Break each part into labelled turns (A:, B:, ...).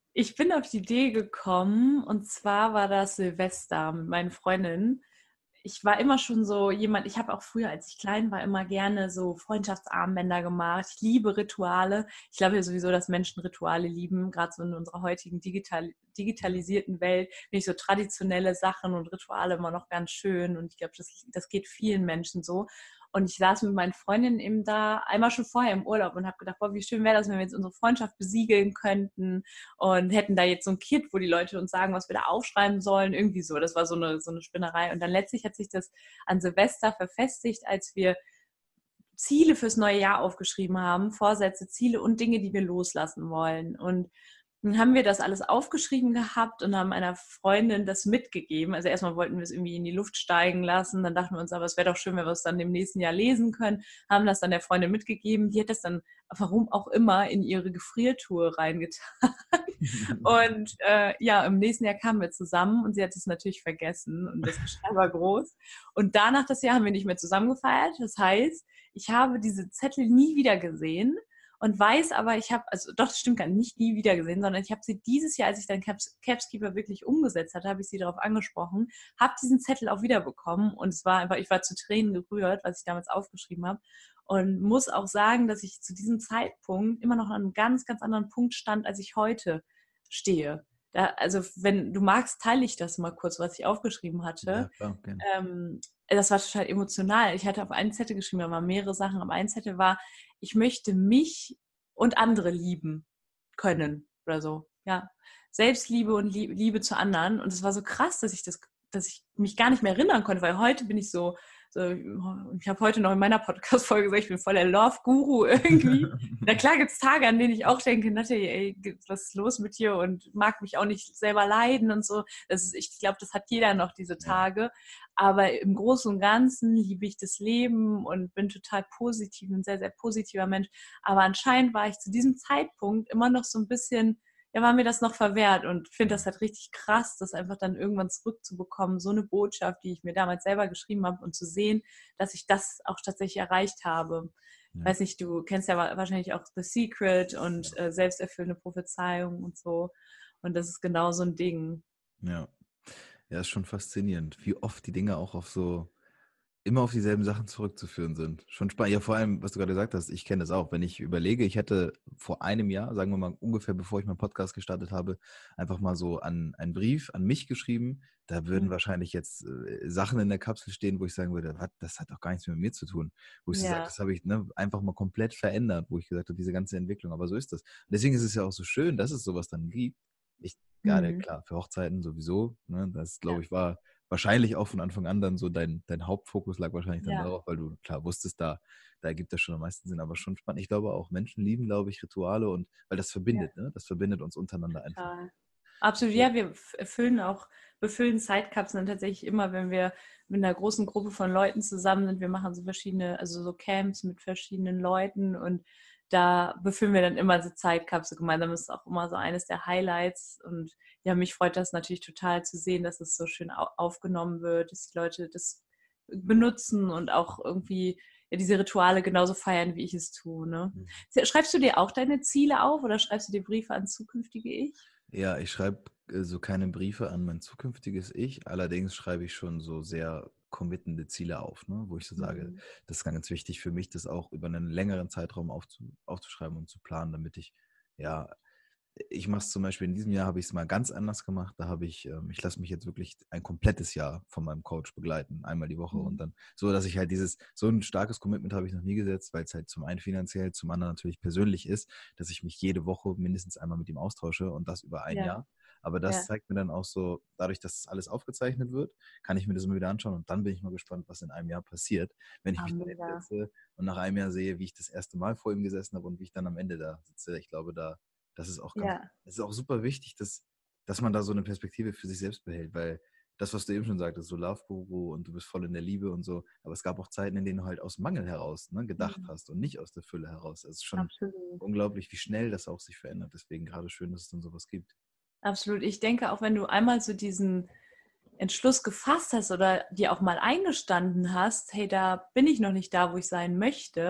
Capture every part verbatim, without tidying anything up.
A: Ich bin auf die Idee gekommen und zwar war das Silvester mit meinen Freundinnen. Ich war immer schon so jemand, ich habe auch früher, als ich klein war, immer gerne so Freundschaftsarmbänder gemacht. Ich liebe Rituale. Ich glaube ja sowieso, dass Menschen Rituale lieben, gerade so in unserer heutigen digital, digitalisierten Welt. Finde ich so traditionelle Sachen und Rituale immer noch ganz schön und ich glaube, das, das geht vielen Menschen so. Und ich saß mit meinen Freundinnen eben da einmal schon vorher im Urlaub und habe gedacht, boah, wie schön wäre das, wenn wir jetzt unsere Freundschaft besiegeln könnten und hätten da jetzt so ein Kit, wo die Leute uns sagen, was wir da aufschreiben sollen, irgendwie so. Das war so eine, so eine Spinnerei. Und dann letztlich hat sich das an Silvester verfestigt, als wir Ziele fürs neue Jahr aufgeschrieben haben, Vorsätze, Ziele und Dinge, die wir loslassen wollen. Und dann haben wir das alles aufgeschrieben gehabt und haben einer Freundin das mitgegeben. Also erstmal wollten wir es irgendwie in die Luft steigen lassen. Dann dachten wir uns, aber es wäre doch schön, wenn wir es dann im nächsten Jahr lesen können. Haben das dann der Freundin mitgegeben. Die hat das dann, warum auch immer, in ihre Gefriertruhe reingetan. Und äh, ja, im nächsten Jahr kamen wir zusammen und sie hat es natürlich vergessen und das Geschrei war groß. Und danach das Jahr haben wir nicht mehr zusammen gefeiert. Das heißt, ich habe diese Zettel nie wieder gesehen und weiß aber, ich habe, also doch, das stimmt gar nicht, nie wieder gesehen, sondern ich habe sie dieses Jahr, als ich dann Caps, Capskeeper wirklich umgesetzt hatte, habe ich sie darauf angesprochen, habe diesen Zettel auch wiederbekommen und es war einfach, ich war zu Tränen gerührt, was ich damals aufgeschrieben habe und muss auch sagen, dass ich zu diesem Zeitpunkt immer noch an einem ganz, ganz anderen Punkt stand, als ich heute stehe. Da, also wenn du magst, teile ich das mal kurz, was ich aufgeschrieben
B: Ja,
A: hatte.
B: klar, gerne.
A: Ähm, das war total emotional. Ich hatte auf einen Zettel geschrieben, da waren mehrere Sachen. Am einen Zettel war, ich möchte mich und andere lieben können oder so. Ja, Selbstliebe und Liebe zu anderen. Und es war so krass, dass ich das, dass ich mich gar nicht mehr erinnern konnte, weil heute bin ich so, so ich habe heute noch in meiner Podcast-Folge gesagt, ich bin voll der Love-Guru irgendwie. Na klar gibt es Tage, an denen ich auch denke, Natalie, ey, was ist los mit dir und mag mich auch nicht selber leiden und so. Das ist, ich glaube, das hat jeder noch diese
B: Ja.
A: Tage. Aber im Großen und Ganzen liebe ich das Leben und bin total positiv, ein sehr, sehr positiver Mensch. Aber anscheinend war ich zu diesem Zeitpunkt immer noch so ein bisschen, ja, war mir das noch verwehrt und finde das halt richtig krass, das einfach dann irgendwann zurückzubekommen, so eine Botschaft, die ich mir damals selber geschrieben habe und zu sehen, dass ich das auch tatsächlich erreicht habe. Ich
B: Ja.
A: weiß nicht, du kennst ja wahrscheinlich auch The Secret und
B: Ja.
A: äh, selbsterfüllende Prophezeiung und so. Und das ist genau so ein Ding.
B: Ja. Ja, ist schon faszinierend, wie oft die Dinge auch auf so, immer auf dieselben Sachen zurückzuführen sind. Schon spannend. Ja, vor allem, was du gerade gesagt hast, ich kenne das auch. Wenn ich überlege, ich hätte vor einem Jahr, sagen wir mal ungefähr bevor ich meinen Podcast gestartet habe, einfach mal so an einen Brief an mich geschrieben. Da würden
A: Mhm.
B: wahrscheinlich jetzt äh, Sachen in der Kapsel stehen, wo ich sagen würde, was, das hat doch gar nichts mehr mit mir zu tun. Wo ich so sage,
A: Ja,
B: das habe ich ne, einfach mal komplett verändert, wo ich gesagt habe, diese ganze Entwicklung. Aber so ist das. Und deswegen ist es ja auch so schön, dass es sowas dann gibt. Ich, gerade
A: mhm.
B: klar, für Hochzeiten sowieso. Ne, das,
A: Ja,
B: glaube ich, war wahrscheinlich auch von Anfang an dann so dein, dein Hauptfokus lag wahrscheinlich dann
A: ja,
B: darauf, weil du klar wusstest, da, da ergibt das schon am meisten Sinn, aber schon spannend. Ich glaube auch, Menschen lieben, glaube ich, Rituale und weil das
A: ja,
B: verbindet, ne? Das verbindet uns untereinander einfach.
A: total. Absolut, ja, wir füllen auch, befüllen Zeitkapseln tatsächlich immer, wenn wir mit einer großen Gruppe von Leuten zusammen sind. Wir machen so verschiedene, also so Camps mit verschiedenen Leuten und da befüllen wir dann immer diese Zeitkapsel gemeinsam. Das ist auch immer so eines der Highlights und ja, mich freut das natürlich total zu sehen, dass es so schön aufgenommen wird, dass die Leute das benutzen und auch irgendwie ja, diese Rituale genauso feiern, wie ich es tue. Ne? Schreibst du dir auch deine Ziele auf oder schreibst du dir Briefe an zukünftige Ich?
B: Ja, ich schreibe äh, so keine Briefe an mein zukünftiges Ich, allerdings schreibe ich schon so sehr committende Ziele auf, ne? Wo ich so sage,
A: Mhm.
B: das ist ganz wichtig für mich, das auch über einen längeren Zeitraum aufzu aufzuschreiben und zu planen, damit ich ja ich mache es zum Beispiel in diesem Jahr, habe ich es mal ganz anders gemacht. Da habe ich, ähm, ich lasse mich jetzt wirklich ein komplettes Jahr von meinem Coach begleiten, einmal die Woche und
A: Mhm.
B: dann so, dass ich halt dieses, so ein starkes Commitment habe ich noch nie gesetzt, weil es halt zum einen finanziell, zum anderen natürlich persönlich ist, dass ich mich jede Woche mindestens einmal mit ihm austausche und das über ein
A: Ja,
B: Jahr. Aber das
A: ja.
B: zeigt mir dann auch so, dadurch, dass das alles aufgezeichnet wird, kann ich mir das immer wieder anschauen und dann bin ich mal gespannt, was in einem Jahr passiert, wenn ich
A: Ah,
B: mich dann
A: mega.
B: hinsetze und nach einem Jahr sehe, wie ich das erste Mal vor ihm gesessen habe und wie ich dann am Ende da sitze. Ich glaube, da, das ist auch ganz
A: Ja,
B: es ist auch super wichtig, dass, dass man da so eine Perspektive für sich selbst behält, weil das, was du eben schon sagtest, so Love Guru und du bist voll in der Liebe und so, aber es gab auch Zeiten, in denen du halt aus Mangel heraus ne, gedacht
A: mhm.
B: hast und nicht aus der Fülle heraus. Es ist schon
A: Absolut.
B: unglaublich, wie schnell das auch sich verändert. Deswegen gerade schön, dass es dann sowas gibt.
A: Absolut. Ich denke, auch wenn du einmal so diesen Entschluss gefasst hast oder dir auch mal eingestanden hast, hey, da bin ich noch nicht da, wo ich sein möchte,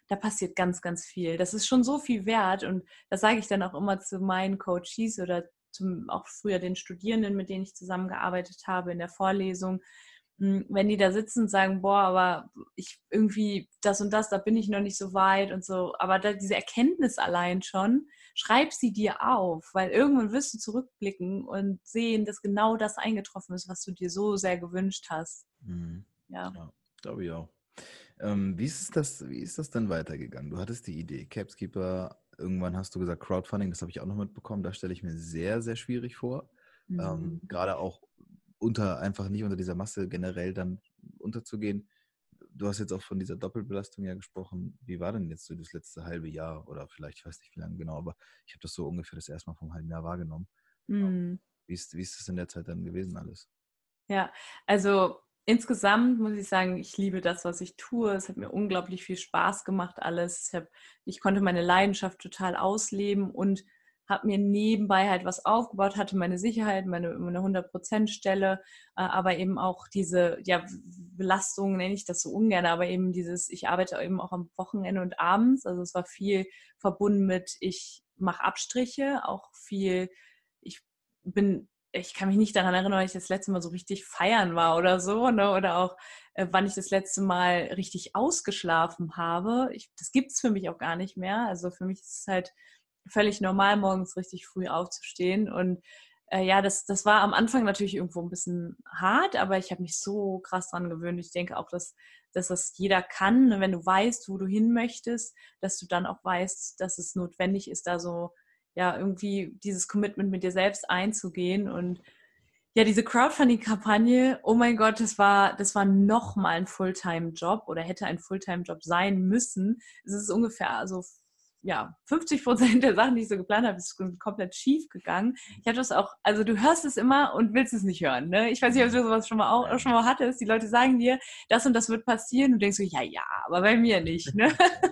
A: da passiert ganz, ganz viel. Das ist schon so viel wert und das sage ich dann auch immer zu meinen Coaches oder zum, auch früher den Studierenden, mit denen ich zusammengearbeitet habe in der Vorlesung, wenn die da sitzen und sagen, boah, aber ich irgendwie das und das, da bin ich noch nicht so weit und so, aber da, diese Erkenntnis allein schon, schreib sie dir auf, weil irgendwann wirst du zurückblicken und sehen, dass genau das eingetroffen ist, was du dir so sehr gewünscht hast.
B: Mhm.
A: Ja.
B: Ja, glaube ich auch. Ähm, wie ist das, wie ist das dann weitergegangen? Du hattest die Idee, Capskeeper, irgendwann hast du gesagt Crowdfunding, das habe ich auch noch mitbekommen, das stelle ich mir sehr, sehr schwierig vor. Ähm,
A: Mhm.
B: gerade auch unter, einfach nicht unter dieser Masse generell dann unterzugehen. Du hast jetzt auch von dieser Doppelbelastung ja gesprochen. Wie war denn jetzt so das letzte halbe Jahr oder vielleicht, ich weiß nicht wie lange genau, aber ich habe das so ungefähr das erste Mal vom halben Jahr wahrgenommen.
A: Mhm.
B: Wie ist, wie ist das in der Zeit dann gewesen alles?
A: Ja, also insgesamt muss ich sagen, ich liebe das, was ich tue. Es hat mir unglaublich viel Spaß gemacht, alles. Ich, hab, ich konnte meine Leidenschaft total ausleben und habe mir nebenbei halt was aufgebaut, hatte meine Sicherheit, meine, meine hundert-Prozent-Stelle, äh, aber eben auch diese ja, Belastung, nenne ich das so ungern, aber eben dieses, ich arbeite eben auch am Wochenende und abends. Also es war viel verbunden mit, ich mache Abstriche, auch viel, ich bin ich kann mich nicht daran erinnern, weil ich das letzte Mal so richtig feiern war oder so, ne? Oder auch, äh, wann ich das letzte Mal richtig ausgeschlafen habe. Ich, das gibt es für mich auch gar nicht mehr. Also für mich ist es halt völlig normal, morgens richtig früh aufzustehen. Und äh, ja, das, das war am Anfang natürlich irgendwo ein bisschen hart, aber ich habe mich so krass dran gewöhnt. Ich denke auch, dass, dass das jeder kann, ne? Wenn du weißt, wo du hin möchtest, dass du dann auch weißt, dass es notwendig ist, da so ja, irgendwie dieses Commitment mit dir selbst einzugehen. Und ja, diese Crowdfunding-Kampagne, oh mein Gott, das war, das war nochmal ein Fulltime-Job oder hätte ein Fulltime-Job sein müssen. Es ist ungefähr, also ja, fünfzig Prozent der Sachen, die ich so geplant habe, ist komplett schief gegangen. Ich hatte das auch, also du hörst es immer und willst es nicht hören, ne? Ich weiß nicht, ob du sowas schon mal auch, auch schon mal hattest. Die Leute sagen dir, das und das wird passieren. Und du denkst so, ja, ja, aber bei mir nicht, ne?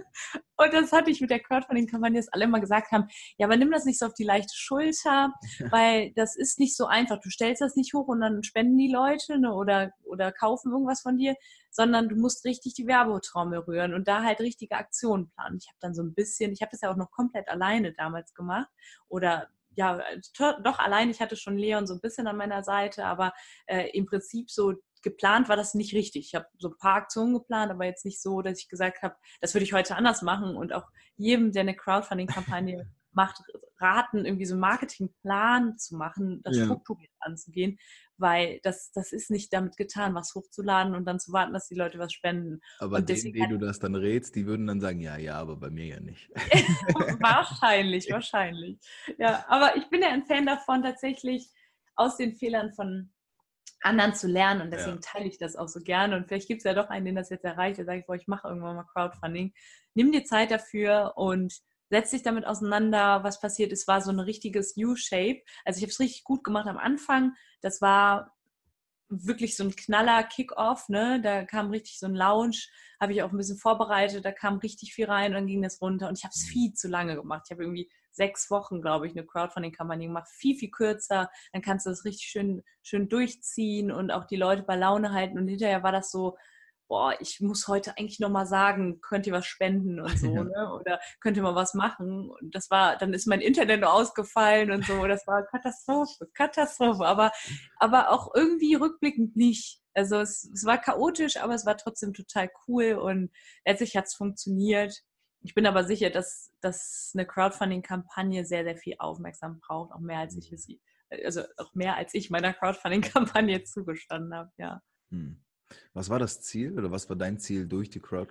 A: Und das hatte ich mit der Crowdfunding-Kampagne, dass alle immer gesagt haben, ja, aber nimm das nicht so auf die leichte Schulter, weil das ist nicht so einfach. Du stellst das nicht hoch und dann spenden die Leute, ne, oder, oder kaufen irgendwas von dir, sondern du musst richtig die Werbetrommel rühren und da halt richtige Aktionen planen. Ich habe dann so ein bisschen, ich habe das ja auch noch komplett alleine damals gemacht oder ja, doch allein. Ich hatte schon Leon so ein bisschen an meiner Seite, aber äh, im Prinzip so geplant war das nicht richtig. Ich habe so ein paar Aktionen geplant, aber jetzt nicht so, dass ich gesagt habe, das würde ich heute anders machen und auch jedem, der eine Crowdfunding-Kampagne macht, raten, irgendwie so einen Marketingplan zu machen, das
B: Ja.
A: strukturiert anzugehen, weil das, das ist nicht damit getan, was hochzuladen und dann zu warten, dass die Leute was spenden.
B: Aber
A: Und
B: denen,
A: deswegen
B: denen du das dann rätst, die würden dann sagen, ja, ja, aber bei mir ja nicht.
A: wahrscheinlich, wahrscheinlich. Ja, aber ich bin ja ein Fan davon, tatsächlich aus den Fehlern von anderen zu lernen und deswegen
B: Ja.
A: teile ich das auch so gerne und vielleicht gibt es ja doch einen, den das jetzt erreicht, der sagt, boah, ich mache irgendwann mal Crowdfunding. Nimm dir Zeit dafür und setz dich damit auseinander, was passiert ist, war so ein richtiges U-Shape. Also ich habe es richtig gut gemacht am Anfang, das war wirklich so ein knaller Kick-Off, ne? Da kam richtig so ein Lounge, habe ich auch ein bisschen vorbereitet, da kam richtig viel rein und dann ging das runter und ich habe es viel zu lange gemacht. Ich habe irgendwie sechs Wochen, glaube ich, eine Crowdfunding-Kampagne gemacht, viel, viel kürzer, dann kannst du das richtig schön, schön durchziehen und auch die Leute bei Laune halten und hinterher war das so, boah, ich muss heute eigentlich nochmal sagen, könnt ihr was spenden und so,
B: Ja.
A: ne? Oder könnt ihr mal was machen? Und das war, dann ist mein Internet ausgefallen und so, das war Katastrophe, Katastrophe, aber, aber auch irgendwie rückblickend nicht. Also es, es war chaotisch, aber es war trotzdem total cool und letztlich hat es funktioniert. Ich bin aber sicher, dass, dass eine Crowdfunding-Kampagne sehr, sehr viel Aufmerksamkeit braucht, auch mehr als ich es, also auch mehr als ich meiner Crowdfunding-Kampagne zugestanden habe, ja.
B: Hm. Was war das Ziel oder was war dein Ziel durch die Crowd,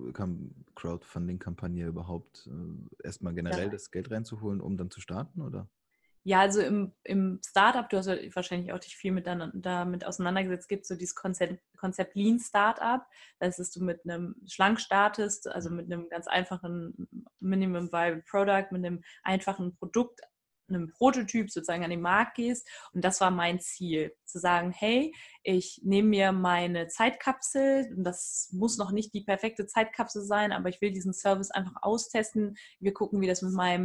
B: Crowdfunding-Kampagne überhaupt äh, erstmal generell
A: Ja.
B: das Geld reinzuholen, um dann zu starten, oder?
A: Ja, also im, im Startup, du hast ja wahrscheinlich auch dich viel mit dann, damit auseinandergesetzt, gibt es so dieses Konzept, Konzept Lean Startup. Das ist, dass du mit einem schlank startest, also mit einem ganz einfachen Minimum Viable Product, mit einem einfachen Produkt, einem Prototyp sozusagen an den Markt gehst. Und das war mein Ziel, zu sagen, hey, ich nehme mir meine Zeitkapsel, und das muss noch nicht die perfekte Zeitkapsel sein, aber ich will diesen Service einfach austesten. Wir gucken, wie das mit meinem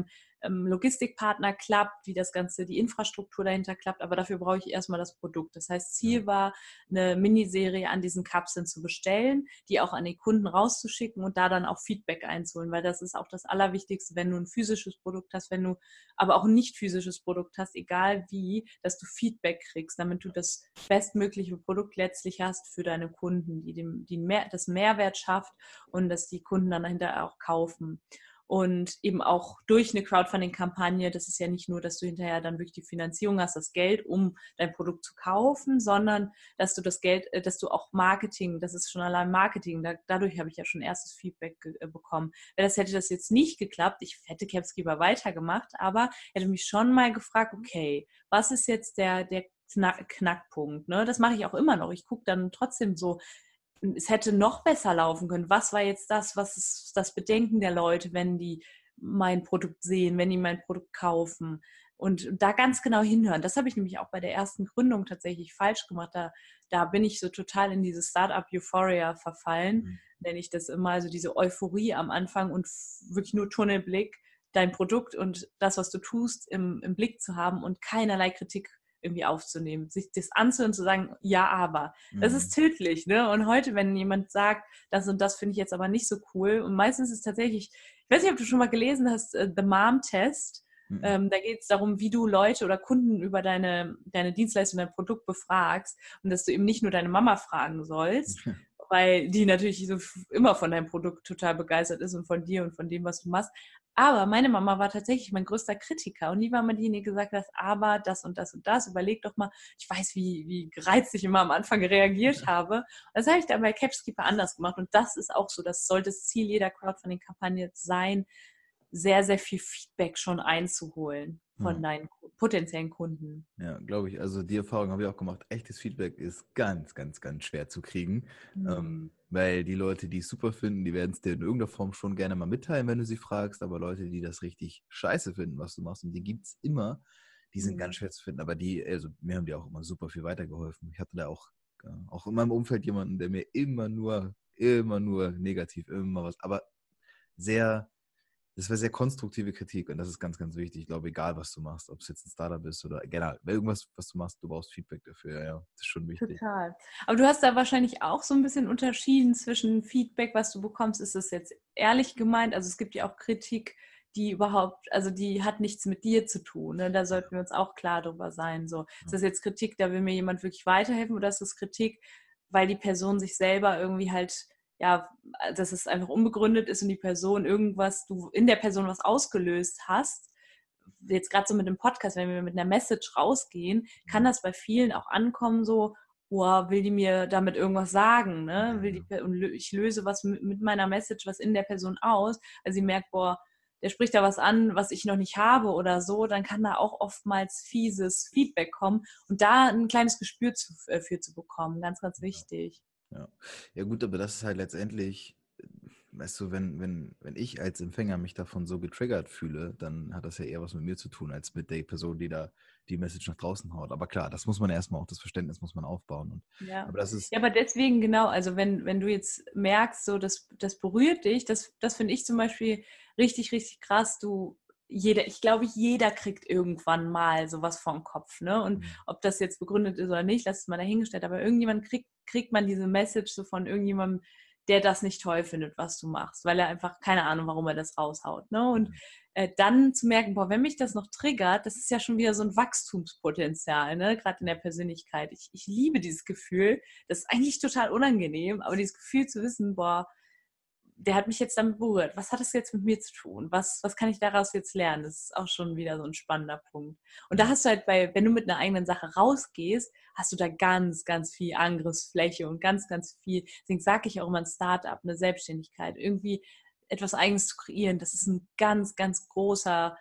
A: ähm, Logistikpartner klappt, wie das Ganze, die Infrastruktur dahinter klappt, aber dafür brauche ich erstmal das Produkt. Das heißt, Ziel
B: Ja.
A: war, eine Miniserie an diesen Kapseln zu bestellen, die auch an die Kunden rauszuschicken und da dann auch Feedback einzuholen, weil das ist auch das Allerwichtigste, wenn du ein physisches Produkt hast, wenn du aber auch ein nicht physisches Produkt hast, egal wie, dass du Feedback kriegst, damit du das bestmögliche Produkt letztlich hast für deine Kunden, die, dem, die mehr, das Mehrwert schafft und dass die Kunden dann dahinter auch kaufen. Und eben auch durch eine Crowdfunding-Kampagne, das ist ja nicht nur, dass du hinterher dann wirklich die Finanzierung hast, das Geld, um dein Produkt zu kaufen, sondern dass du das Geld, dass du auch Marketing, das ist schon allein Marketing, da, dadurch habe ich ja schon erstes Feedback ge- bekommen. Weil das hätte das jetzt nicht geklappt, ich hätte Capskeeper weitergemacht, aber hätte mich schon mal gefragt, okay, was ist jetzt der, der Knack, Knackpunkt? Ne? Das mache ich auch immer noch. Ich gucke dann trotzdem so, es hätte noch besser laufen können. Was war jetzt das, was ist das Bedenken der Leute, wenn die mein Produkt sehen, wenn die mein Produkt kaufen? Und da ganz genau hinhören. Das habe ich nämlich auch bei der ersten Gründung tatsächlich falsch gemacht. Da, da bin ich so total in diese Startup-Euphoria verfallen,
B: Mhm.
A: nenne ich das immer, also diese Euphorie am Anfang und wirklich nur Tunnelblick, dein Produkt und das, was du tust, im, im Blick zu haben und keinerlei Kritik irgendwie aufzunehmen, sich das anzuhören und zu sagen, ja, aber. Das ist
B: Mhm.
A: tödlich, ne? Und heute, wenn jemand sagt, das und das finde ich jetzt aber nicht so cool, und meistens ist es tatsächlich, ich weiß nicht, ob du schon mal gelesen hast, uh, The Mom-Test.
B: Mhm.
A: Ähm, da geht es darum, wie du Leute oder Kunden über deine, deine Dienstleistung, dein Produkt befragst und dass du eben nicht nur deine Mama fragen sollst, weil die natürlich so immer von deinem Produkt total begeistert ist und von dir und von dem, was du machst. Aber meine Mama war tatsächlich mein größter Kritiker und die war mal diejenige, die gesagt hat, aber das und das und das, überleg doch mal, ich weiß, wie, wie gereizt ich immer am Anfang reagiert habe. Und das habe ich dann bei Capskeeper anders gemacht und das ist auch so, das sollte das Ziel jeder Crowdfunding-Kampagne sein, sehr, sehr viel Feedback schon einzuholen von
B: Mhm.
A: deinen potenziellen Kunden.
B: Ja, glaube ich. Also die Erfahrung habe ich auch gemacht. Echtes Feedback ist ganz, ganz, ganz schwer zu kriegen.
A: Hm.
B: Ähm, weil die Leute, die es super finden, die werden es dir in irgendeiner Form schon gerne mal mitteilen, wenn du sie fragst. Aber Leute, die das richtig scheiße finden, was du machst, und die gibt es immer, die sind ganz
A: Hm.
B: schwer zu finden. Aber die, also mir haben die auch immer super viel weitergeholfen. Ich hatte da auch, äh, auch in meinem Umfeld jemanden, der mir immer nur, immer nur negativ, immer was, aber sehr. Das war sehr konstruktive Kritik und das ist ganz, ganz wichtig. Ich glaube, egal, was du machst, ob es jetzt ein Startup ist oder generell, irgendwas, was du machst, du brauchst Feedback dafür. Ja, ja, das ist schon wichtig.
A: Total. Aber du hast da wahrscheinlich auch so ein bisschen unterschieden zwischen Feedback, was du bekommst. Ist das jetzt ehrlich gemeint? Also es gibt ja auch Kritik, die überhaupt, also die hat nichts mit dir zu tun. Ne? Da sollten wir uns auch klar drüber sein. So, ist
B: Ja,
A: das jetzt Kritik, da will mir jemand wirklich weiterhelfen oder ist das Kritik, weil die Person sich selber irgendwie halt, ja, dass es einfach unbegründet ist und die Person irgendwas, du in der Person was ausgelöst hast? Jetzt gerade so mit dem Podcast, wenn wir mit einer Message rausgehen, kann das bei vielen auch ankommen, so, boah, will die mir damit irgendwas sagen, ne? Will die, und ich löse was mit, mit meiner Message, was in der Person aus, also sie merkt, boah, der spricht da was an, was ich noch nicht habe oder so, dann kann da auch oftmals fieses Feedback kommen und da ein kleines Gespür zu, äh, für zu bekommen, ganz, ganz wichtig.
B: ja. Ja gut, aber das ist halt letztendlich, weißt du, wenn, wenn, wenn ich als Empfänger mich davon so getriggert fühle, dann hat das ja eher was mit mir zu tun, als mit der Person, die da die Message nach draußen haut. Aber klar, das muss man erstmal auch, das Verständnis muss man aufbauen. Und,
A: Ja.
B: aber das ist,
A: Ja, aber deswegen genau, also wenn, wenn du jetzt merkst, so das, das berührt dich, das, das finde ich zum Beispiel richtig, richtig krass. Du, jeder, ich glaube, jeder kriegt irgendwann mal sowas vom Kopf, ne? Und ob das jetzt begründet ist oder nicht, lass es mal dahingestellt. Aber irgendjemand kriegt, kriegt man diese Message so von irgendjemandem, der das nicht toll findet, was du machst, weil er einfach keine Ahnung, warum er das raushaut, ne? Und äh, dann zu merken, boah, wenn mich das noch triggert, das ist ja schon wieder so ein Wachstumspotenzial, ne? Gerade in der Persönlichkeit. Ich, ich liebe dieses Gefühl. Das ist eigentlich total unangenehm, aber dieses Gefühl zu wissen, boah, der hat mich jetzt damit berührt. Was hat das jetzt mit mir zu tun? Was, was kann ich daraus jetzt lernen? Das ist auch schon wieder so ein spannender Punkt. Und da
B: ja,
A: hast du halt bei, wenn du mit einer eigenen Sache rausgehst, hast du da ganz, ganz viel Angriffsfläche und ganz, ganz viel, deswegen sage ich auch immer ein Startup, eine Selbstständigkeit, irgendwie etwas Eigenes zu kreieren, das ist ein ganz, ganz großer,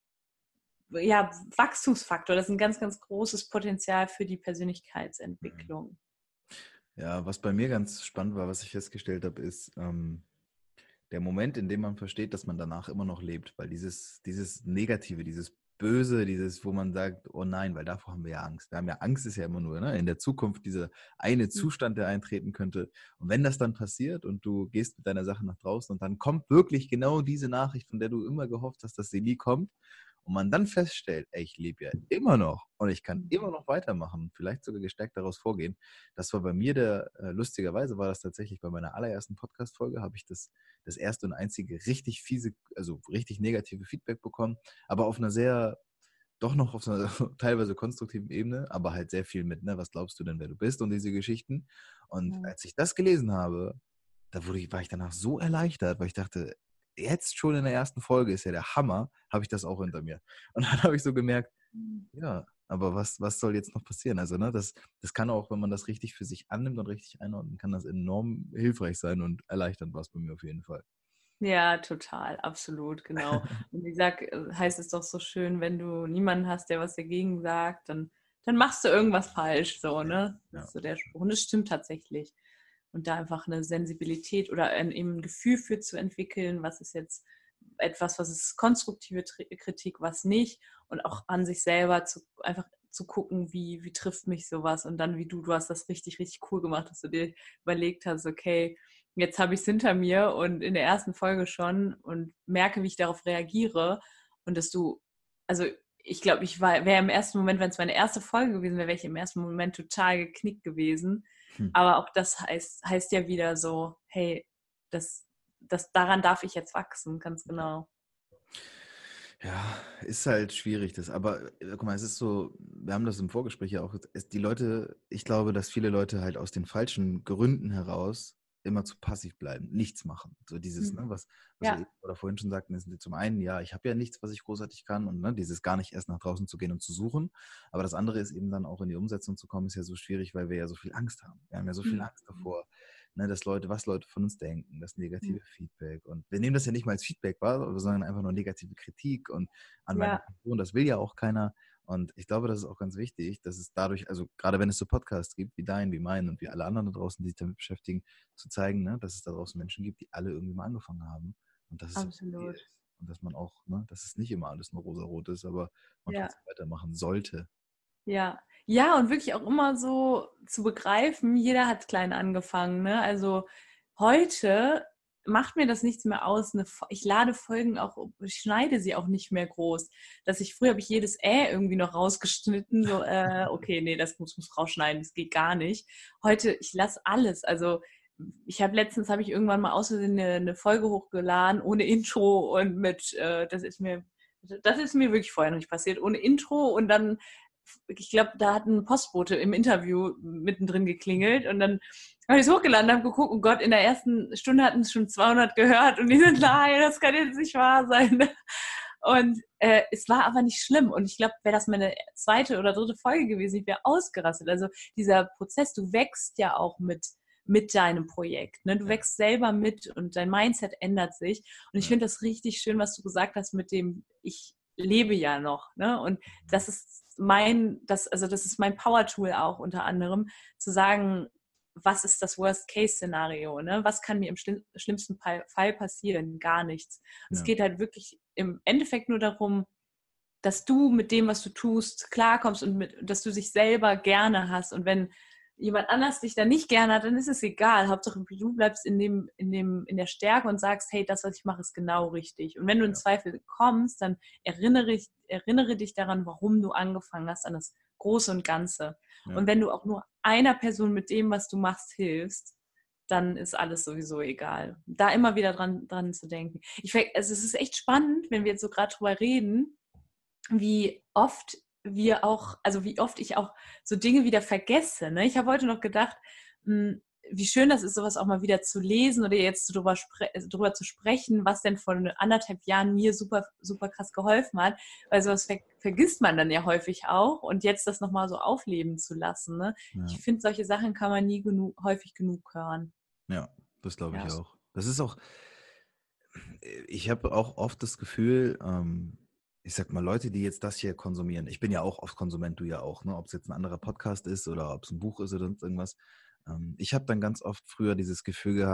A: ja, Wachstumsfaktor. Das ist ein ganz, ganz großes Potenzial für die
B: mhm.
A: Persönlichkeitsentwicklung.
B: Ja, was bei mir ganz spannend war, was ich festgestellt habe, ist ähm, der Moment, in dem man versteht, dass man danach immer noch lebt, weil dieses, dieses Negative, dieses Böse, dieses, wo man sagt, oh nein, weil davor haben wir ja Angst. Wir haben ja Angst, ist ja immer nur, ne, in der Zukunft dieser eine Zustand, der eintreten könnte. Und wenn das dann passiert und du gehst mit deiner Sache nach draußen und dann kommt wirklich genau diese Nachricht, von der du immer gehofft hast, dass sie nie kommt, und man dann feststellt, ey, ich lebe ja immer noch und ich kann immer noch weitermachen, vielleicht sogar gestärkt daraus vorgehen. Das war bei mir der, äh, lustigerweise war das tatsächlich bei meiner allerersten Podcast-Folge, habe ich das, das erste und einzige richtig fiese, also richtig negative Feedback bekommen, aber auf einer sehr, doch noch auf einer teilweise konstruktiven Ebene, aber halt sehr viel mit, ne, was glaubst du denn, wer du bist und diese Geschichten. Und
A: Ja.
B: als ich das gelesen habe, da wurde ich, war ich danach so erleichtert, weil ich dachte, jetzt schon in der ersten Folge ist ja der Hammer, habe ich das auch hinter mir. Und dann habe ich so gemerkt, ja, aber was, was soll jetzt noch passieren? Also, ne, das, das kann auch, wenn man das richtig für sich annimmt und richtig einordnet, kann das enorm hilfreich sein und erleichternd war es bei mir auf jeden Fall.
A: Ja, total, absolut, genau. Und wie gesagt, äh, heißt es doch so schön, wenn du niemanden hast, der was dagegen sagt, dann, dann machst du irgendwas falsch, so, ne? Das
B: Ja.
A: ist so der Spruch. Und das stimmt tatsächlich. Und da einfach eine Sensibilität oder ein, eben ein Gefühl für zu entwickeln, was ist jetzt etwas, was ist konstruktive Tri- Kritik, was nicht. Und auch an sich selber zu, einfach zu gucken, wie, wie trifft mich sowas. Und dann, wie du, du hast das richtig, richtig cool gemacht, dass du dir überlegt hast, okay, jetzt habe ich es hinter mir und in der ersten Folge schon und merke, wie ich darauf reagiere. Und dass du, also ich glaube, ich wäre im ersten Moment, wenn es meine erste Folge gewesen wäre, wäre ich im ersten Moment total geknickt gewesen.
B: Hm.
A: Aber auch das heißt, heißt ja wieder so, hey, das, das, daran darf ich jetzt wachsen, ganz genau.
B: Ja, ist halt schwierig, das. Aber äh, guck mal, es ist so, wir haben das im Vorgespräch ja auch, es, die Leute, ich glaube, dass viele Leute halt aus den falschen Gründen heraus immer zu passiv bleiben, nichts machen. So dieses, ne, was, was wir
A: Ja,
B: eben oder vorhin schon sagten, ist zum einen, ja, ich habe ja nichts, was ich großartig kann und ne, dieses gar nicht erst nach draußen zu gehen und zu suchen. Aber das andere ist eben dann auch in die Umsetzung zu kommen, ist ja so schwierig, weil wir ja so viel Angst haben. Wir haben ja so viel Angst davor, ne, dass Leute, was Leute von uns denken, das negative Feedback. Und wir nehmen das ja nicht mal als Feedback wahr, sondern einfach nur negative Kritik und an meiner
A: ja,
B: Person, das will ja auch keiner. Und ich glaube, das ist auch ganz wichtig, dass es dadurch, also gerade wenn es so Podcasts gibt, wie dein, wie meinen und wie alle anderen da draußen, die sich damit beschäftigen, zu zeigen, ne, dass es da draußen Menschen gibt, die alle irgendwie mal angefangen haben und dass es auch okay
A: absolut.
B: ist. Und dass man auch, ne, dass es nicht immer alles nur rosarot ist, aber man
A: Ja.
B: trotzdem weitermachen sollte.
A: Ja, ja, und wirklich auch immer so zu begreifen, jeder hat klein angefangen, ne? Also heute macht mir das nichts mehr aus. Eine, Fo- ich lade Folgen auch, ich schneide sie auch nicht mehr groß. Dass ich früher habe ich jedes Äh irgendwie noch rausgeschnitten, so, äh, okay, nee, das muss, muss rausschneiden, das geht gar nicht. Heute, ich lasse alles. Also ich habe letztens habe ich irgendwann mal aus Versehen eine, eine Folge hochgeladen ohne Intro und mit, äh, das ist mir, das ist mir wirklich vorher noch nicht passiert, ohne Intro und dann ich glaube, da hat ein Postbote im Interview mittendrin geklingelt und dann habe ich es hochgeladen und habe geguckt, oh Gott, in der ersten Stunde hatten es schon zweihundert gehört und die sind, nein, das kann jetzt nicht wahr sein. Und äh, es war aber nicht schlimm und ich glaube, wäre das meine zweite oder dritte Folge gewesen, ich wäre ausgerastet. Also dieser Prozess, du wächst ja auch mit mit deinem Projekt. Ne? Du
B: Ja,
A: wächst selber mit und dein Mindset ändert sich. Und ich
B: ja,
A: finde das richtig schön, was du gesagt hast mit dem, ich lebe ja noch. Ne? Und das ist mein, das, also das ist mein Power-Tool auch unter anderem, zu sagen, was ist das Worst-Case-Szenario? Ne? Was kann mir im schlimm, schlimmsten Fall passieren? Gar nichts. Und es
B: ja,
A: geht halt wirklich im Endeffekt nur darum, dass du mit dem, was du tust, klarkommst und mit, dass du dich selber gerne hast. Und wenn jemand anders dich dann nicht gerne hat, dann ist es egal. Hauptsache du bleibst in dem, in dem, in der Stärke und sagst, hey, das, was ich mache, ist genau richtig. Und wenn du in
B: ja,
A: Zweifel kommst, dann erinnere, ich, erinnere dich daran, warum du angefangen hast, an das Große und Ganze.
B: ja.
A: Und wenn du auch nur einer Person mit dem, was du machst, hilfst, dann ist alles sowieso egal. Da immer wieder dran, dran zu denken. Ich, also es ist echt spannend, wenn wir jetzt so gerade drüber reden, wie oft wir auch, also wie oft ich auch so Dinge wieder vergesse. Ne? Ich habe heute noch gedacht, mh, wie schön das ist, sowas auch mal wieder zu lesen oder jetzt drüber, spre drüber zu sprechen, was denn vor anderthalb Jahren mir super, super krass geholfen hat, weil sowas ver vergisst man dann ja häufig auch und jetzt das nochmal so aufleben zu lassen. Ne?
B: Ja.
A: Ich finde, solche Sachen kann man nie genug, häufig genug hören.
B: Ja, das glaube
A: Ja.
B: ich auch. Das ist auch, ich habe auch oft das Gefühl, ähm, ich sag mal, Leute, die jetzt das hier konsumieren, ich bin ja auch oft Konsument, du ja auch, ne? Ob es jetzt ein anderer Podcast ist oder ob es ein Buch ist oder sonst irgendwas. Ähm, ich habe dann ganz oft früher dieses Gefühl gehabt,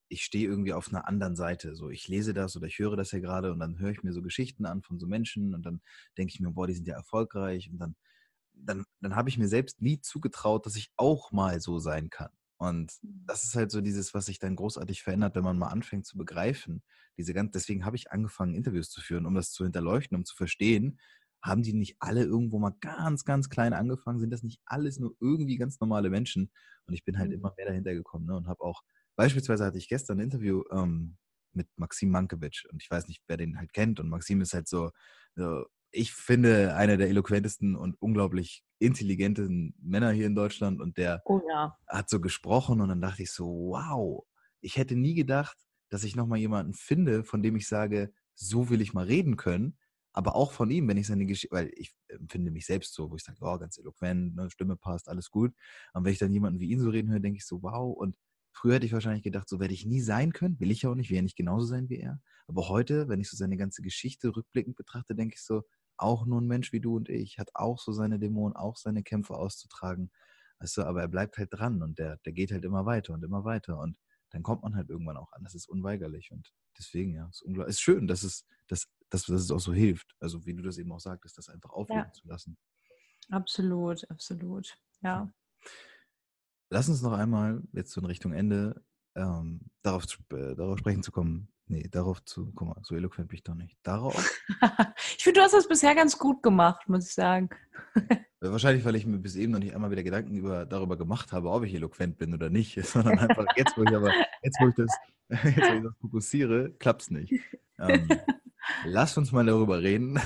B: ich stehe irgendwie auf einer anderen Seite. So, ich lese das oder ich höre das ja gerade und dann höre ich mir so Geschichten an von so Menschen und dann denke ich mir, boah, die sind ja erfolgreich und dann, dann, dann habe ich mir selbst nie zugetraut, dass ich auch mal so sein kann. Und das ist halt so dieses, was sich dann großartig verändert, wenn man mal anfängt zu begreifen. Diese ganz, deswegen habe ich angefangen, Interviews zu führen, um das zu hinterleuchten, um zu verstehen, haben die nicht alle irgendwo mal ganz, ganz klein angefangen? Sind das nicht alles nur irgendwie ganz normale Menschen? Und ich bin halt immer mehr dahinter gekommen, ne? Und habe auch, beispielsweise hatte ich gestern ein Interview ähm, mit Maxim Mankiewicz und ich weiß nicht, wer den halt kennt. Und Maxim ist halt so, so ich finde, einer der eloquentesten und unglaublich intelligenten Männer hier in Deutschland und der
A: Oh ja.
B: hat so gesprochen und dann dachte ich so, wow, ich hätte nie gedacht, dass ich nochmal jemanden finde, von dem ich sage, so will ich mal reden können, aber auch von ihm, wenn ich seine Geschichte, weil ich empfinde mich selbst so, wo ich sage, oh, ganz eloquent, ne, Stimme passt, alles gut. Und wenn ich dann jemanden wie ihn so reden höre, denke ich so, wow. Und früher hätte ich wahrscheinlich gedacht, so werde ich nie sein können, will ich ja auch nicht, will ja nicht genauso sein wie er. Aber heute, wenn ich so seine ganze Geschichte rückblickend betrachte, denke ich so, auch nur ein Mensch wie du und ich, hat auch so seine Dämonen, auch seine Kämpfe auszutragen. Weißt du, aber er bleibt halt dran und der, der geht halt immer weiter und immer weiter und dann kommt man halt irgendwann auch an. Das ist unweigerlich und deswegen, ja, es ist, ist schön, dass es, dass, dass, dass es auch so hilft. Also wie du das eben auch sagtest, das einfach aufleben
A: Ja,
B: zu lassen.
A: absolut, absolut. Ja.
B: Lass uns noch einmal jetzt so in Richtung Ende ähm, darauf, äh, darauf sprechen zu kommen. Nee, darauf zu, guck mal, so eloquent bin ich doch nicht. Darauf?
A: Ich finde, du hast das bisher ganz gut gemacht, muss ich sagen.
B: Wahrscheinlich, weil ich mir bis eben noch nicht einmal wieder Gedanken über, darüber gemacht habe, ob ich eloquent bin oder nicht, sondern einfach jetzt, wo ich aber, jetzt, wo ich das, jetzt, wo ich das fokussiere, klappt es nicht. Ähm, lass uns mal darüber reden.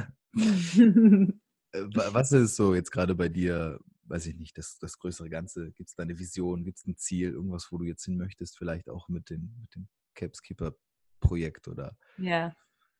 B: Was ist so jetzt gerade bei dir, weiß ich nicht, das, das größere Ganze? Gibt es da eine Vision, gibt es ein Ziel, irgendwas, wo du jetzt hin möchtest, vielleicht auch mit dem, mit dem Capskeeper-Projekt oder
A: Ja,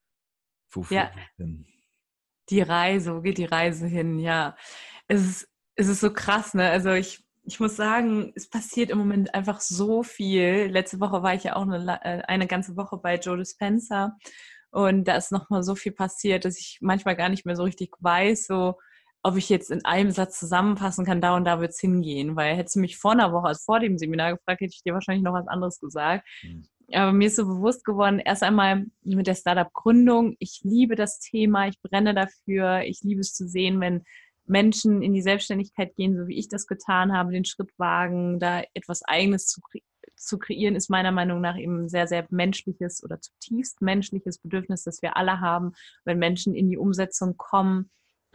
B: wo
A: ja,
B: führt es hin?
A: die Reise, wo geht die Reise hin? Ja, es ist, es ist so krass, ne? Also ich, ich muss sagen, es passiert im Moment einfach so viel. Letzte Woche war ich ja auch eine, äh, eine ganze Woche bei Joe Dispenza und da ist nochmal so viel passiert, dass ich manchmal gar nicht mehr so richtig weiß, so ob ich jetzt in einem Satz zusammenfassen kann, da und da wird es hingehen. Weil hättest du mich vor einer Woche, also vor dem Seminar gefragt, hätte ich dir wahrscheinlich noch was anderes gesagt.
B: Hm.
A: Aber mir ist so bewusst geworden, erst einmal mit der Startup-Gründung, ich liebe das Thema, ich brenne dafür, ich liebe es zu sehen, wenn Menschen in die Selbstständigkeit gehen, so wie ich das getan habe, den Schritt wagen, da etwas Eigenes zu, kre zu kreieren, ist meiner Meinung nach eben ein sehr, sehr menschliches oder zutiefst menschliches Bedürfnis, das wir alle haben, wenn Menschen in die Umsetzung kommen.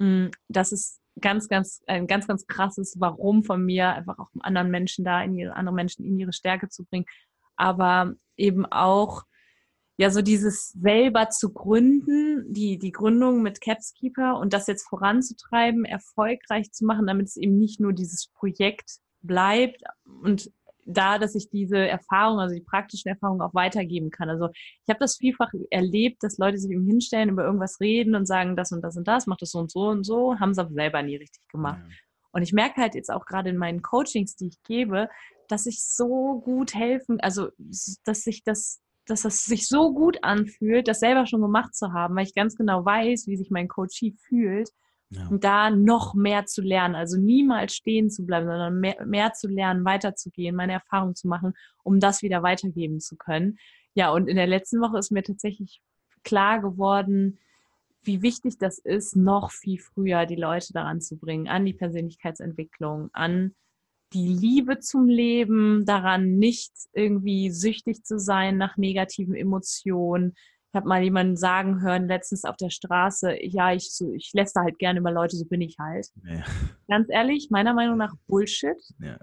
A: Das ist ganz, ganz, ein ganz, ganz krasses Warum von mir, einfach auch anderen Menschen da, in ihre, andere Menschen in ihre Stärke zu bringen. Aber eben auch, ja, so dieses selber zu gründen, die, die Gründung mit Capskeeper und das jetzt voranzutreiben, erfolgreich zu machen, damit es eben nicht nur dieses Projekt bleibt und da, dass ich diese Erfahrung, also die praktischen Erfahrungen auch weitergeben kann. Also ich habe das vielfach erlebt, dass Leute sich eben hinstellen, über irgendwas reden und sagen, das und das und das, mach das so und so und so, haben es aber selber nie richtig gemacht.
B: Ja.
A: Und ich merke halt jetzt auch gerade in meinen Coachings, die ich gebe, dass ich so gut helfen, also dass sich das, dass das sich so gut anfühlt, das selber schon gemacht zu haben, weil ich ganz genau weiß, wie sich mein Coachee fühlt
B: Ja.
A: und da noch mehr zu lernen, also niemals stehen zu bleiben, sondern mehr, mehr zu lernen, weiterzugehen, meine Erfahrungen zu machen, um das wieder weitergeben zu können. Ja, und in der letzten Woche ist mir tatsächlich klar geworden, wie wichtig das ist, noch viel früher die Leute daran zu bringen, an die Persönlichkeitsentwicklung, an die Liebe zum Leben, daran nicht irgendwie süchtig zu sein nach negativen Emotionen. Ich habe mal jemanden sagen hören, letztens auf der Straße, ja, ich, so, ich lästere halt gerne über Leute, so bin ich halt.
B: Ja.
A: Ganz ehrlich, meiner Meinung nach Bullshit.
B: Ja.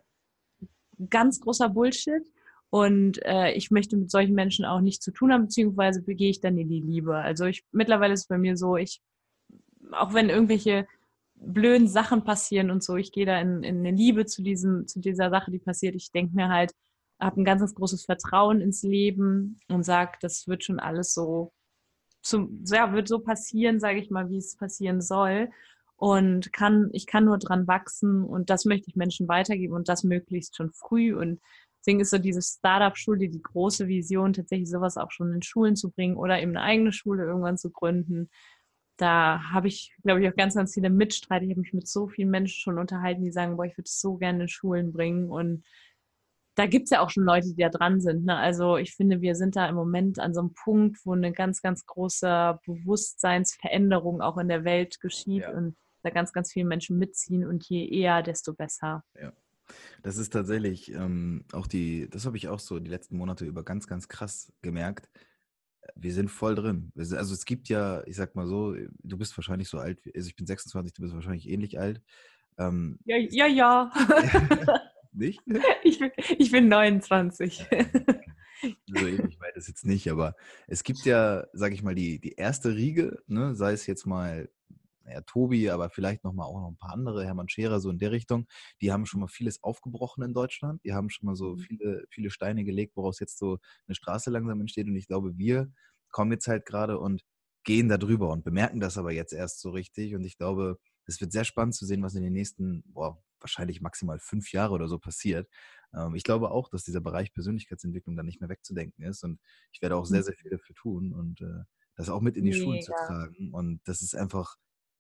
A: Ganz großer Bullshit. Und äh, ich möchte mit solchen Menschen auch nichts zu tun haben, beziehungsweise begehe ich dann in die Liebe. Also ich mittlerweile ist es bei mir so, ich, auch wenn irgendwelche blöden Sachen passieren und so, ich gehe da in, in eine Liebe zu diesem, zu dieser Sache, die passiert. Ich denke mir halt, habe ein ganz, ganz großes Vertrauen ins Leben und sage, das wird schon alles so, zum, ja, wird so passieren, sage ich mal, wie es passieren soll. Und kann, ich kann nur dran wachsen und das möchte ich Menschen weitergeben und das möglichst schon früh. Und deswegen ist so diese Startup-Schule die große Vision, tatsächlich sowas auch schon in Schulen zu bringen oder eben eine eigene Schule irgendwann zu gründen. Da habe ich, glaube ich, auch ganz, ganz viele Mitstreiter. Ich habe mich mit so vielen Menschen schon unterhalten, die sagen, boah, ich würde es so gerne in Schulen bringen. Und da gibt's ja auch schon Leute, die da dran sind. Ne? Also ich finde, wir sind da im Moment an so einem Punkt, wo eine ganz, ganz große Bewusstseinsveränderung auch in der Welt geschieht
B: Ja.
A: und da ganz, ganz viele Menschen mitziehen und je eher, desto besser.
B: Ja. Das ist tatsächlich ähm, auch die, das habe ich auch so die letzten Monate über ganz, ganz krass gemerkt. Wir sind voll drin. Wir sind, also es gibt ja, ich sag mal so, du bist wahrscheinlich so alt, wie- also ich bin sechsundzwanzig, du bist wahrscheinlich ähnlich alt. Ähm,
A: Ja,
B: es
A: ja,
B: gibt,
A: ja.
B: nicht?
A: Ich bin, ich bin neunundzwanzig.
B: So ähnlich weit ist jetzt nicht, aber es gibt ja, sag ich mal, die, die erste Riege, ne, sei es jetzt mal ja, Tobi, aber vielleicht noch mal auch noch ein paar andere, Hermann Scherer, so in der Richtung, die haben schon mal vieles aufgebrochen in Deutschland. Die haben schon mal so viele, viele Steine gelegt, woraus jetzt so eine Straße langsam entsteht. Und ich glaube, wir kommen jetzt halt gerade und gehen da drüber und bemerken das aber jetzt erst so richtig. Und ich glaube, es wird sehr spannend zu sehen, was in den nächsten, boah, wahrscheinlich maximal fünf Jahre oder so passiert. Ähm, ich glaube auch, dass dieser Bereich Persönlichkeitsentwicklung dann nicht mehr wegzudenken ist. Und ich werde auch sehr, sehr viel dafür tun und äh, das auch mit in die Schulen zu
A: Mega.
B: tragen. Und das ist einfach,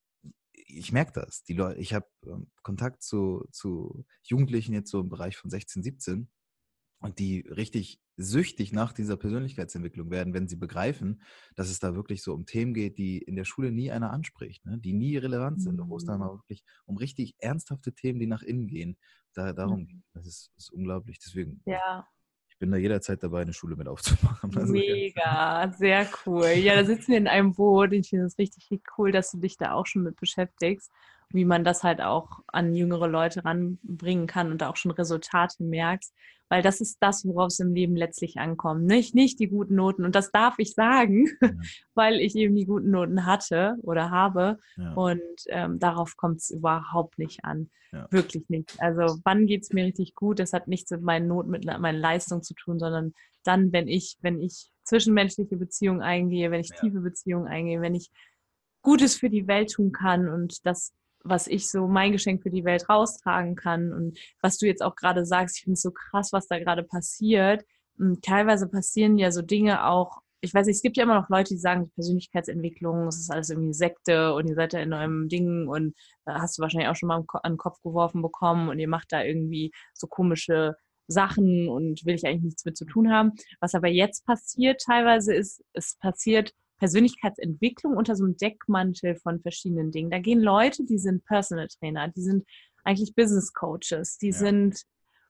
B: ich merke das. Die Leute, ich habe ähm, Kontakt zu, zu Jugendlichen jetzt so im Bereich von sechzehn, siebzehn und die richtig süchtig nach dieser Persönlichkeitsentwicklung werden, wenn sie begreifen, dass es da wirklich so um Themen geht, die in der Schule nie einer anspricht, ne? Die nie relevant sind, wo es dann mal wirklich um richtig ernsthafte Themen, die nach innen gehen, da, darum geht. Das ist, ist unglaublich. Deswegen,
A: Ja.
B: ich bin da jederzeit dabei, eine Schule mit aufzumachen. Also,
A: Mega, sehr cool. Ja, da sitzen wir in einem Boot. Ich finde es richtig cool, dass du dich da auch schon mit beschäftigst, wie man das halt auch an jüngere Leute ranbringen kann und da auch schon Resultate merkst. Weil das ist das, worauf es im Leben letztlich ankommt. Nicht, nicht die guten Noten. Und das darf ich sagen,
B: ja,
A: weil ich eben die guten Noten hatte oder habe.
B: ja,
A: Und ähm, darauf kommt es überhaupt nicht an.
B: ja,
A: Wirklich nicht. Also wann geht's mir richtig gut? Das hat nichts mit meinen Noten, mit meiner Leistung zu tun, sondern dann, wenn ich, wenn ich zwischenmenschliche Beziehungen eingehe, wenn ich
B: ja,
A: tiefe Beziehungen eingehe, wenn ich Gutes für die Welt tun kann und das, was ich so mein Geschenk für die Welt raustragen kann und was du jetzt auch gerade sagst, ich finde es so krass, was da gerade passiert. Und teilweise passieren ja so Dinge auch, ich weiß nicht, es gibt ja immer noch Leute, die sagen, Persönlichkeitsentwicklung, es ist alles irgendwie Sekte und ihr seid da in eurem Ding und da hast du wahrscheinlich auch schon mal an den Kopf geworfen bekommen und ihr macht da irgendwie so komische Sachen und will ich eigentlich nichts mit zu tun haben. Was aber jetzt passiert teilweise ist, es passiert Persönlichkeitsentwicklung unter so einem Deckmantel von verschiedenen Dingen. Da gehen Leute, die sind Personal Trainer, die sind eigentlich Business Coaches, die
B: ja,
A: sind,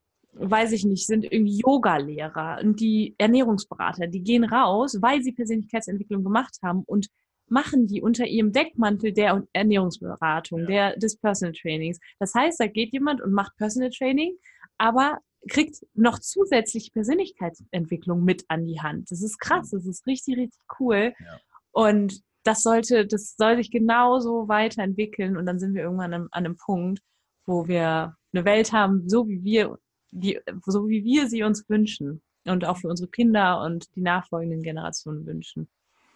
A: weiß ich nicht, sind irgendwie Yoga-Lehrer und die Ernährungsberater, die gehen raus, weil sie Persönlichkeitsentwicklung gemacht haben und machen die unter ihrem Deckmantel der Ernährungsberatung,
B: ja,
A: der, des Personal Trainings. Das heißt, da geht jemand und macht Personal Training, aber kriegt noch zusätzlich Persönlichkeitsentwicklung mit an die Hand. Das ist krass, das ist richtig, richtig cool.
B: ja.
A: Und das sollte, das soll sich genauso weiterentwickeln und dann sind wir irgendwann an, an einem Punkt, wo wir eine Welt haben, so wie wir, die, so wie wir sie uns wünschen und auch für unsere Kinder und die nachfolgenden Generationen wünschen.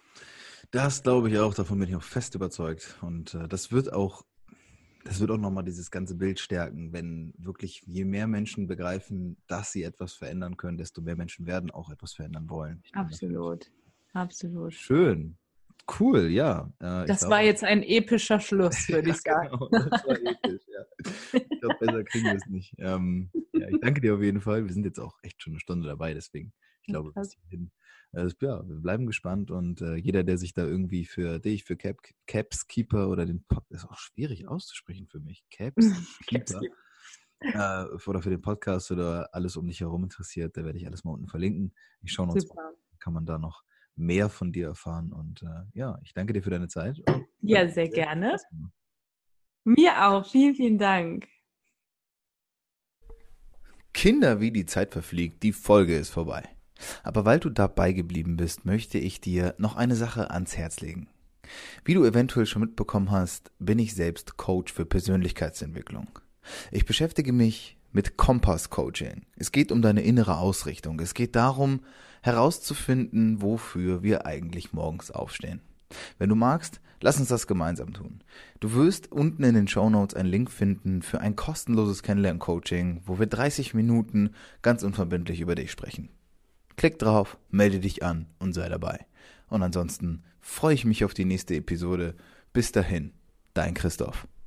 B: Das glaube ich auch, davon bin ich auch fest überzeugt. Und äh, das wird auch, das wird auch nochmal dieses ganze Bild stärken, wenn wirklich je mehr Menschen begreifen, dass sie etwas verändern können, desto mehr Menschen werden auch etwas verändern wollen. Ich glaube, das wird
A: Absolut, absolut.
B: schön. Cool, ja. Äh, ich
A: Das war
B: glaube,
A: jetzt ein epischer Schluss, würde
B: ja,
A: ich sagen.
B: genau, das war episch, ja. Ich glaube, besser kriegen wir es nicht. Ähm, ja, ich danke dir auf jeden Fall. Wir sind jetzt auch echt schon eine Stunde dabei, deswegen, ich glaube, bis hierhin. Äh, ja, wir bleiben gespannt und äh, jeder, der sich da irgendwie für dich, für Cap, Caps Keeper oder den Pod, ist auch schwierig auszusprechen für mich, Caps Keeper, äh, oder für den Podcast oder alles um dich herum interessiert, da werde ich alles mal unten verlinken. Ich schaue uns,
A: Super.
B: kann man da noch mehr von dir erfahren und äh, ja, ich danke dir für deine Zeit. Und
A: Ja, sehr gerne. Mir auch. Vielen, vielen Dank.
B: Kinder, wie die Zeit verfliegt, die Folge ist vorbei. Aber weil du dabei geblieben bist, möchte ich dir noch eine Sache ans Herz legen. Wie du eventuell schon mitbekommen hast, bin ich selbst Coach für Persönlichkeitsentwicklung. Ich beschäftige mich mit Kompass-Coaching. Es geht um deine innere Ausrichtung. Es geht darum, herauszufinden, wofür wir eigentlich morgens aufstehen. Wenn du magst, lass uns das gemeinsam tun. Du wirst unten in den Shownotes einen Link finden für ein kostenloses Kennenlern-Coaching, wo wir dreißig Minuten ganz unverbindlich über dich sprechen. Klick drauf, melde dich an und sei dabei. Und ansonsten freue ich mich auf die nächste Episode. Bis dahin, dein Christoph.